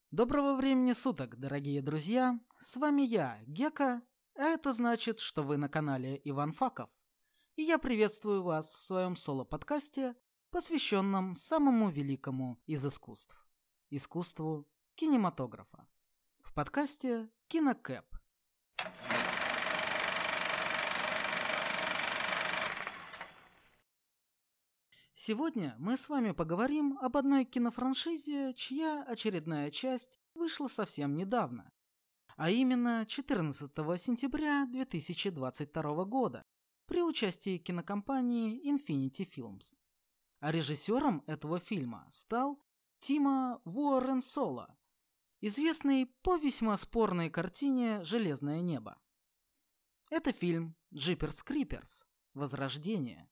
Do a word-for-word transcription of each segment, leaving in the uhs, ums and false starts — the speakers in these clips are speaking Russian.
Доброго времени суток, дорогие друзья! С вами я, Гека, а это значит, что вы на канале Иван Факов. И я приветствую вас в своем соло-подкасте, посвященном самому великому из искусств – искусству кинематографа. В подкасте «Кинокэп». Сегодня мы с вами поговорим об одной кинофраншизе, чья очередная часть вышла совсем недавно, а именно четырнадцатого сентября две тысячи двадцать второго года при участии кинокомпании Infinity Films. А режиссером этого фильма стал Тимо Вуорренсола, известный по весьма спорной картине «Железное небо». Это фильм «Джиперс Криперс. Возрождение».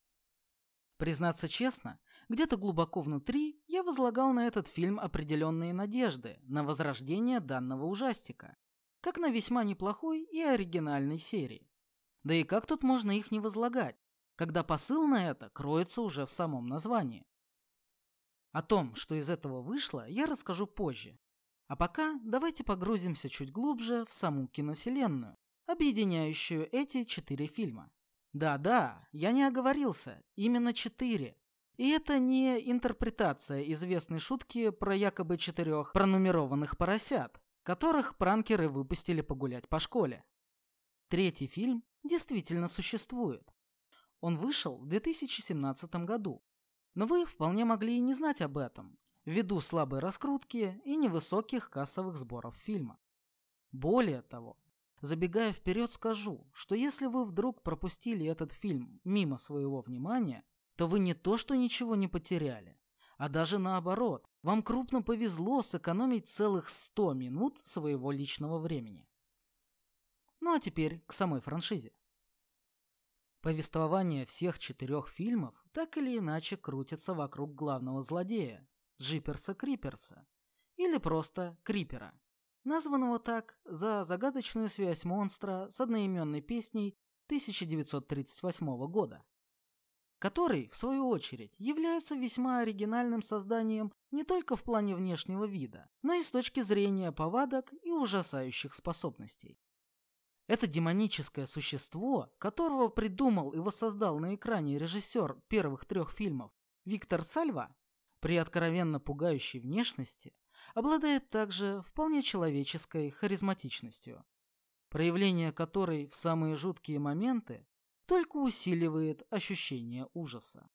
Признаться честно, где-то глубоко внутри я возлагал на этот фильм определенные надежды на возрождение данного ужастика, как на весьма неплохой и оригинальной серии. Да и как тут можно их не возлагать, когда посыл на это кроется уже в самом названии? О том, что из этого вышло, я расскажу позже. А пока давайте погрузимся чуть глубже в саму киновселенную, объединяющую эти четыре фильма. Да-да, я не оговорился, именно четыре. И это не интерпретация известной шутки про якобы четырех пронумерованных поросят, которых пранкеры выпустили погулять по школе. Третий фильм действительно существует. Он вышел в две тысячи семнадцатом году, но вы вполне могли и не знать об этом, ввиду слабой раскрутки и невысоких кассовых сборов фильма. Более того, забегая вперед, скажу, что если вы вдруг пропустили этот фильм мимо своего внимания, то вы не то что ничего не потеряли, а даже наоборот, вам крупно повезло сэкономить целых сто минут своего личного времени. Ну а теперь к самой франшизе. Повествование всех четырех фильмов так или иначе крутится вокруг главного злодея – Джиперса Криперса, или просто Крипера, названного так за загадочную связь монстра с одноименной песней тысяча девятьсот тридцать восьмого года, который, в свою очередь, является весьма оригинальным созданием не только в плане внешнего вида, но и с точки зрения повадок и ужасающих способностей. Это демоническое существо, которого придумал и воссоздал на экране режиссер первых трех фильмов Виктор Сальва, при откровенно пугающей внешности, обладает также вполне человеческой харизматичностью, проявление которой в самые жуткие моменты только усиливает ощущение ужаса.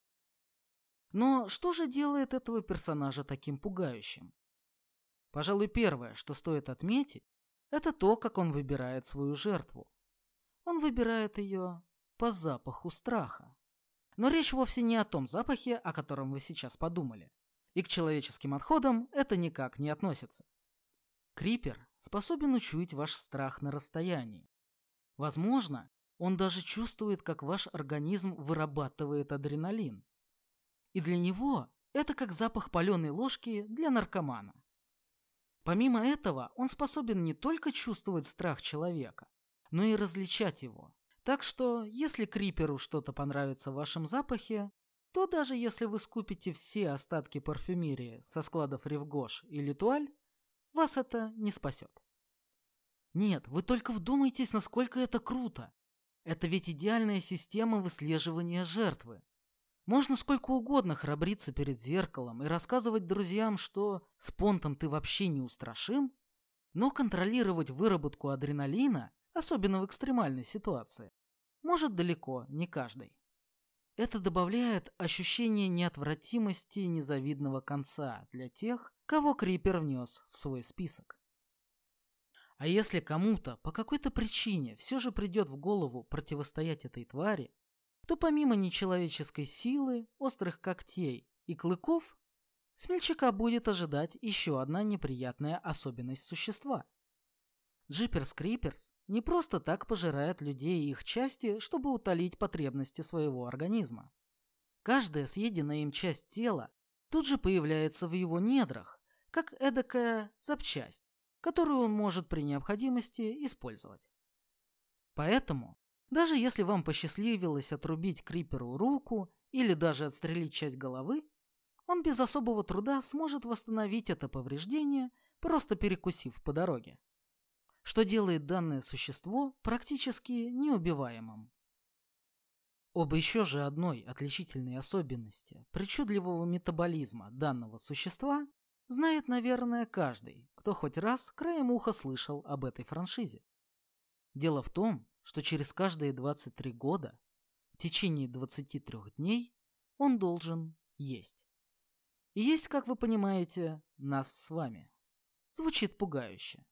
Но что же делает этого персонажа таким пугающим? Пожалуй, первое, что стоит отметить, это то, как он выбирает свою жертву. Он выбирает ее по запаху страха. Но речь вовсе не о том запахе, о котором вы сейчас подумали. И к человеческим отходам это никак не относится. Крипер способен учуять ваш страх на расстоянии. Возможно, он даже чувствует, как ваш организм вырабатывает адреналин. И для него это как запах паленой ложки для наркомана. Помимо этого, он способен не только чувствовать страх человека, но и различать его. Так что, если Криперу что-то понравится в вашем запахе, то даже если вы скупите все остатки парфюмерии со складов Ревгош и Летуаль, вас это не спасет. Нет, вы только вдумайтесь, насколько это круто. Это ведь идеальная система выслеживания жертвы. Можно сколько угодно храбриться перед зеркалом и рассказывать друзьям, что с понтом ты вообще неустрашим, но контролировать выработку адреналина, особенно в экстремальной ситуации, может далеко не каждый. Это добавляет ощущение неотвратимости и незавидного конца для тех, кого Крипер внес в свой список. А если кому-то по какой-то причине все же придет в голову противостоять этой твари, то помимо нечеловеческой силы, острых когтей и клыков, смельчака будет ожидать еще одна неприятная особенность существа. Джиперс Криперс не просто так пожирает людей и их части, чтобы утолить потребности своего организма. Каждая съеденная им часть тела тут же появляется в его недрах, как эдакая запчасть, которую он может при необходимости использовать. Поэтому, даже если вам посчастливилось отрубить Криперу руку или даже отстрелить часть головы, он без особого труда сможет восстановить это повреждение просто перекусив по дороге, что делает данное существо практически неубиваемым. Об еще же одной отличительной особенности причудливого метаболизма данного существа знает, наверное, каждый, кто хоть раз краем уха слышал об этой франшизе. Дело в том, что через каждые двадцать три года, в течение двадцати трёх дней, он должен есть. И есть, как вы понимаете, нас с вами. Звучит пугающе.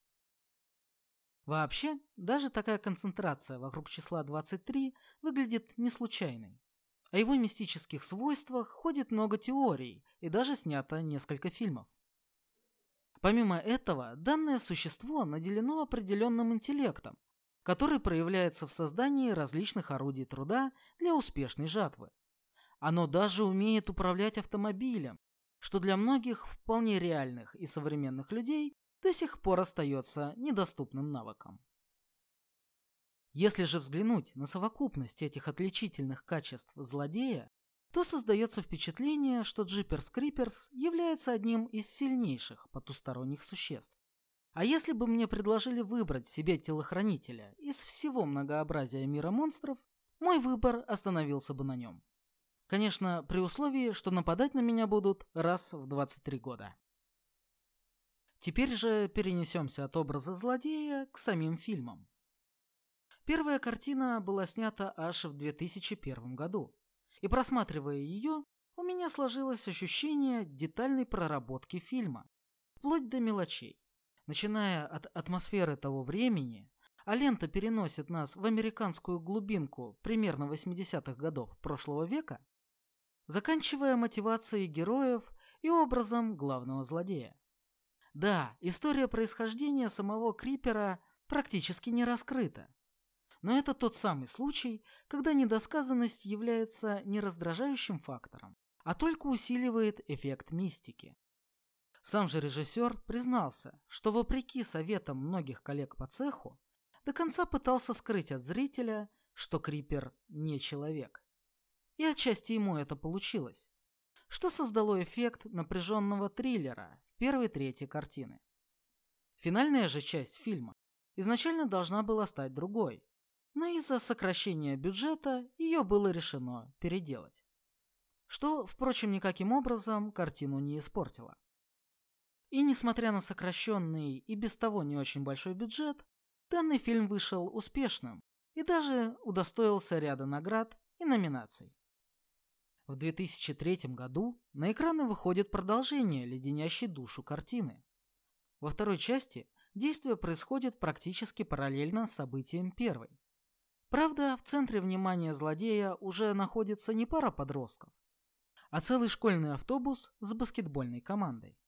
Вообще, даже такая концентрация вокруг числа двадцать три выглядит не случайной. О его мистических свойствах ходит много теорий и даже снято несколько фильмов. Помимо этого, данное существо наделено определенным интеллектом, который проявляется в создании различных орудий труда для успешной жатвы. Оно даже умеет управлять автомобилем, что для многих вполне реальных и современных людей до сих пор остается недоступным навыком. Если же взглянуть на совокупность этих отличительных качеств злодея, то создается впечатление, что Джиперс Криперс является одним из сильнейших потусторонних существ. А если бы мне предложили выбрать себе телохранителя из всего многообразия мира монстров, мой выбор остановился бы на нем. Конечно, при условии, что нападать на меня будут раз в двадцать три года. Теперь же перенесемся от образа злодея к самим фильмам. Первая картина была снята аж в две тысячи первом году, и просматривая ее, у меня сложилось ощущение детальной проработки фильма, вплоть до мелочей. Начиная от атмосферы того времени, а лента переносит нас в американскую глубинку примерно восьмидесятых годов прошлого века, заканчивая мотивацией героев и образом главного злодея. Да, история происхождения самого Крипера практически не раскрыта. Но это тот самый случай, когда недосказанность является не раздражающим фактором, а только усиливает эффект мистики. Сам же режиссер признался, что вопреки советам многих коллег по цеху, до конца пытался скрыть от зрителя, что Крипер не человек. И отчасти ему это получилось, что создало эффект напряженного триллера в первой трети картины. Финальная же часть фильма изначально должна была стать другой, но из-за сокращения бюджета ее было решено переделать. Что, впрочем, никаким образом картину не испортило. И несмотря на сокращенный и без того не очень большой бюджет, данный фильм вышел успешным и даже удостоился ряда наград и номинаций. В две тысячи третьем году на экраны выходит продолжение леденящей душу картины. Во второй части действие происходит практически параллельно с событием первой. Правда, в центре внимания злодея уже находится не пара подростков, а целый школьный автобус с баскетбольной командой.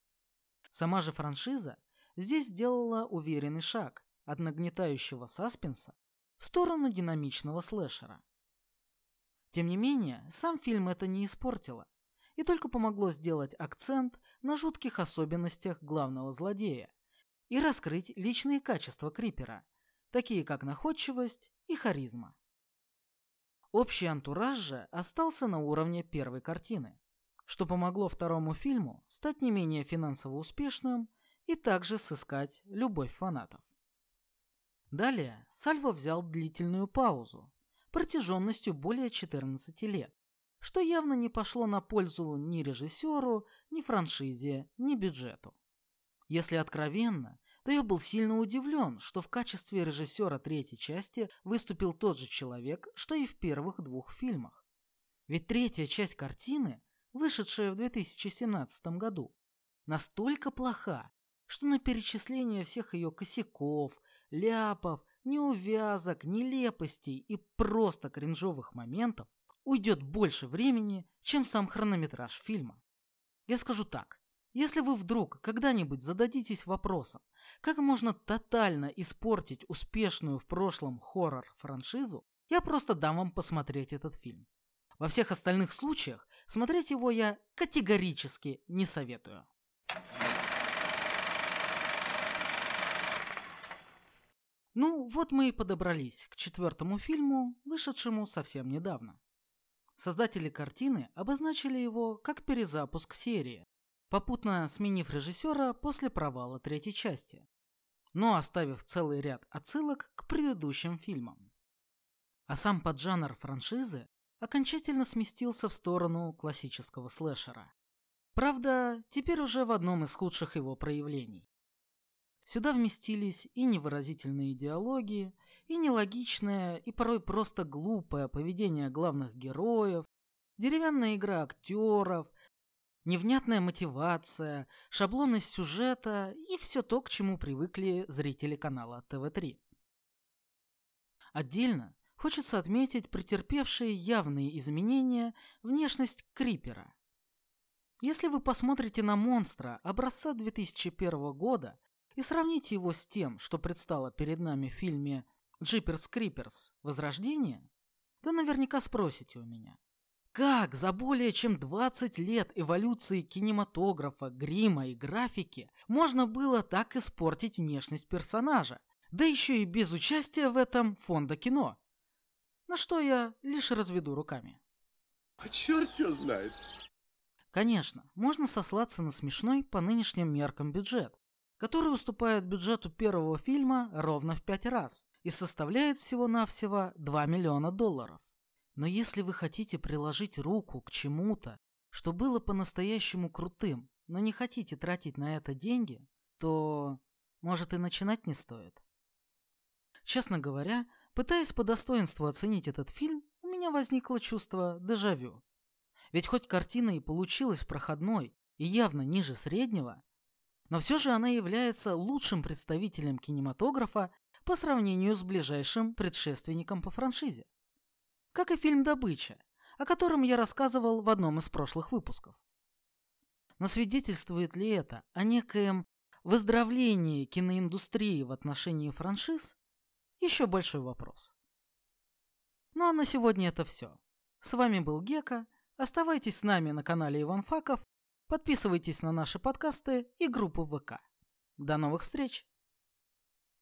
Сама же франшиза здесь сделала уверенный шаг от нагнетающего саспенса в сторону динамичного слэшера. Тем не менее, сам фильм это не испортило и только помогло сделать акцент на жутких особенностях главного злодея и раскрыть личные качества Крипера, такие как находчивость и харизма. Общий антураж же остался на уровне первой картины, что помогло второму фильму стать не менее финансово успешным и также сыскать любовь фанатов. Далее Сальво взял длительную паузу, протяженностью более четырнадцати лет, что явно не пошло на пользу ни режиссеру, ни франшизе, ни бюджету. Если откровенно, то я был сильно удивлен, что в качестве режиссера третьей части выступил тот же человек, что и в первых двух фильмах. Ведь третья часть картины, вышедшая в две тысячи семнадцатом году, настолько плоха, что на перечисление всех ее косяков, ляпов, неувязок, нелепостей и просто кринжовых моментов уйдет больше времени, чем сам хронометраж фильма. Я скажу так. Если вы вдруг когда-нибудь зададитесь вопросом, как можно тотально испортить успешную в прошлом хоррор-франшизу, я просто дам вам посмотреть этот фильм. Во всех остальных случаях смотреть его я категорически не советую. Ну, вот мы и подобрались к четвертому фильму, вышедшему совсем недавно. Создатели картины обозначили его как перезапуск серии, попутно сменив режиссера после провала третьей части, но оставив целый ряд отсылок к предыдущим фильмам. А сам поджанр франшизы окончательно сместился в сторону классического слэшера. Правда, теперь уже в одном из худших его проявлений. Сюда вместились и невыразительные диалоги, и нелогичное, и порой просто глупое поведение главных героев, деревянная игра актеров, невнятная мотивация, шаблонность сюжета и все то, к чему привыкли зрители канала тэ вэ три. Отдельно хочется отметить претерпевшие явные изменения внешность Крипера. Если вы посмотрите на монстра образца две тысячи первого года и сравните его с тем, что предстало перед нами в фильме «Джиперс Криперс. Возрождение», то наверняка спросите у меня, как за более чем двадцать лет эволюции кинематографа, грима и графики можно было так испортить внешность персонажа, да еще и без участия в этом фонда кино? На что я лишь разведу руками. А черт его знает. Конечно, можно сослаться на смешной по нынешним меркам бюджет, который уступает бюджету первого фильма ровно в пять раз и составляет всего-навсего два миллиона долларов. Но если вы хотите приложить руку к чему-то, что было по-настоящему крутым, но не хотите тратить на это деньги, то, может, и начинать не стоит. Честно говоря, пытаясь по достоинству оценить этот фильм, у меня возникло чувство дежавю. Ведь хоть картина и получилась проходной и явно ниже среднего, но все же она является лучшим представителем кинематографа по сравнению с ближайшим предшественником по франшизе. Как и фильм «Добыча», о котором я рассказывал в одном из прошлых выпусков. Но свидетельствует ли это о некоем выздоровлении киноиндустрии в отношении франшиз? Еще большой вопрос. Ну а на сегодня это все. С вами был Гека. Оставайтесь с нами на канале Иван Факов. Подписывайтесь на наши подкасты и группу вэ ка. До новых встреч!